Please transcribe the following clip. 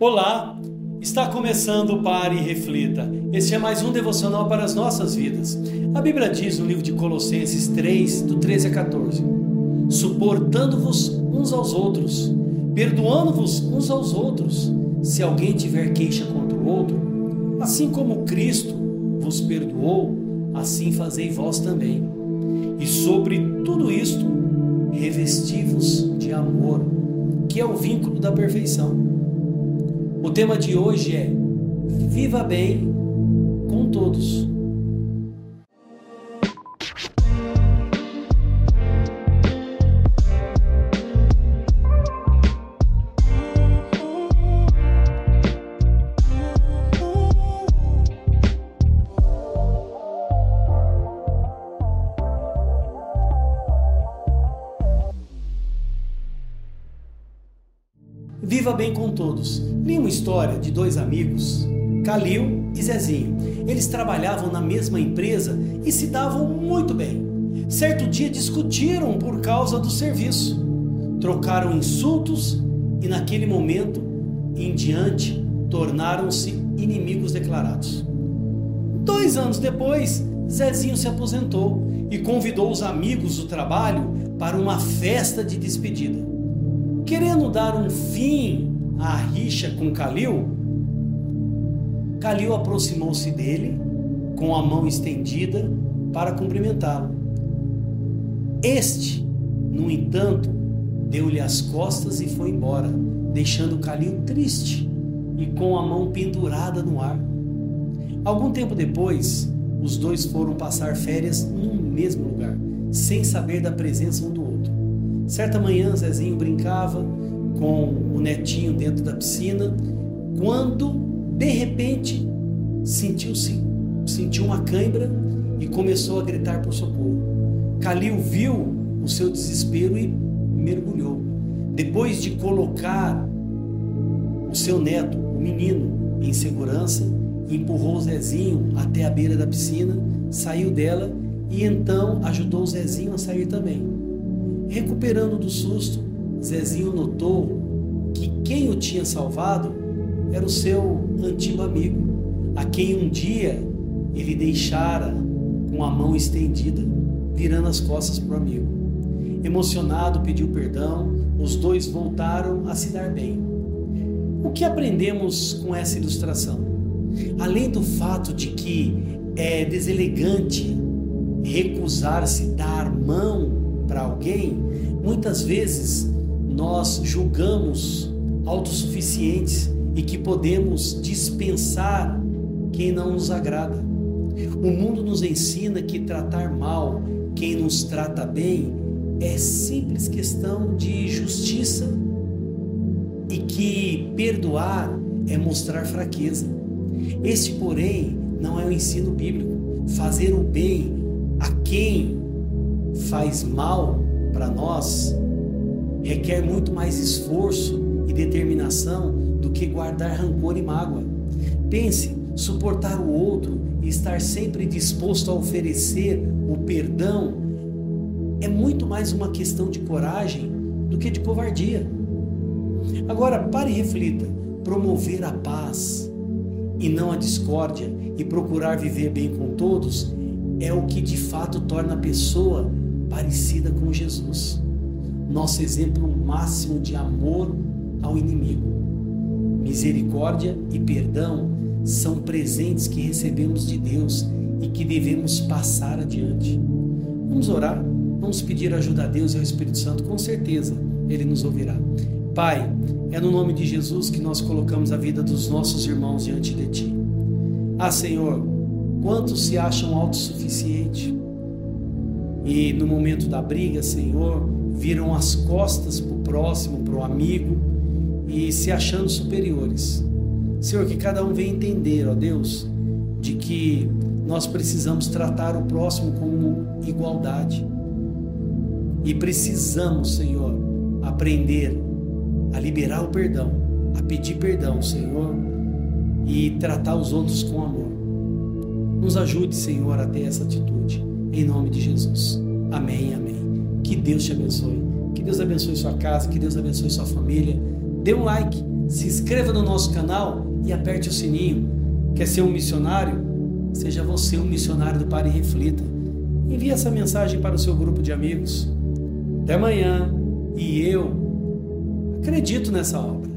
Olá, está começando o Pare e Reflita. Este é mais um devocional para as nossas vidas. A Bíblia diz no livro de Colossenses 3, do 13 a 14: suportando-vos uns aos outros, perdoando-vos uns aos outros, se alguém tiver queixa contra o outro, assim como Cristo vos perdoou, assim fazei vós também. E sobre tudo isto, revesti-vos de amor, que é o vínculo da perfeição. O tema de hoje é: viva bem com todos. Viva bem com todos. Li uma história de dois amigos, Calil e Zezinho. Eles trabalhavam na mesma empresa e se davam muito bem. Certo dia discutiram por causa do serviço. Trocaram insultos e naquele momento em diante tornaram-se inimigos declarados. 2 anos depois, Zezinho se aposentou e convidou os amigos do trabalho para uma festa de despedida. Querendo dar um fim à rixa com Calil, Calil aproximou-se dele com a mão estendida para cumprimentá-lo. Este, no entanto, deu-lhe as costas e foi embora, deixando Calil triste e com a mão pendurada no ar. Algum tempo depois, os dois foram passar férias no mesmo lugar, sem saber da presença um do outro. Certa manhã, Zezinho brincava com o netinho dentro da piscina, quando, de repente, sentiu uma cãibra e começou a gritar por socorro. Calil viu o seu desespero e mergulhou. Depois de colocar o seu neto, o menino, em segurança, empurrou o Zezinho até a beira da piscina, saiu dela e então ajudou o Zezinho a sair também. Recuperando do susto, Zezinho notou que quem o tinha salvado era o seu antigo amigo, a quem um dia ele deixara com a mão estendida, virando as costas para o amigo. Emocionado, pediu perdão, os dois voltaram a se dar bem. O que aprendemos com essa ilustração? Além do fato de que é deselegante recusar-se dar mão para alguém, muitas vezes nós julgamos autossuficientes e que podemos dispensar quem não nos agrada. O mundo nos ensina que tratar mal quem nos trata bem é simples questão de justiça e que perdoar é mostrar fraqueza. Este, porém, não é o ensino bíblico. Fazer o bem a quem faz mal para nós requer muito mais esforço e determinação do que guardar rancor e mágoa. Pense, suportar o outro e estar sempre disposto a oferecer o perdão é muito mais uma questão de coragem do que de covardia. Agora, pare e reflita. Promover a paz e não a discórdia e procurar viver bem com todos é o que de fato torna a pessoa parecida com Jesus, nosso exemplo máximo de amor ao inimigo. Misericórdia e perdão são presentes que recebemos de Deus e que devemos passar adiante. Vamos orar? Vamos pedir ajuda a Deus e ao Espírito Santo, com certeza Ele nos ouvirá. Pai, é no nome de Jesus que nós colocamos a vida dos nossos irmãos diante de Ti. Senhor, quantos se acham autossuficientes e no momento da briga, Senhor, viram as costas para o próximo, para o amigo e se achando superiores. Senhor, que cada um venha entender, ó Deus, de que nós precisamos tratar o próximo com igualdade e precisamos, Senhor, aprender a liberar o perdão, a pedir perdão, Senhor, e tratar os outros com amor. Nos ajude, Senhor, a ter essa atitude. Em nome de Jesus. Amém, amém. Que Deus te abençoe. Que Deus abençoe sua casa, que Deus abençoe sua família. Dê um like, Se inscreva no nosso canal e aperte o sininho. Quer ser um missionário? Seja você um missionário do Pare e Reflita. Envie essa mensagem para o seu grupo de amigos. Até amanhã. E eu acredito nessa obra.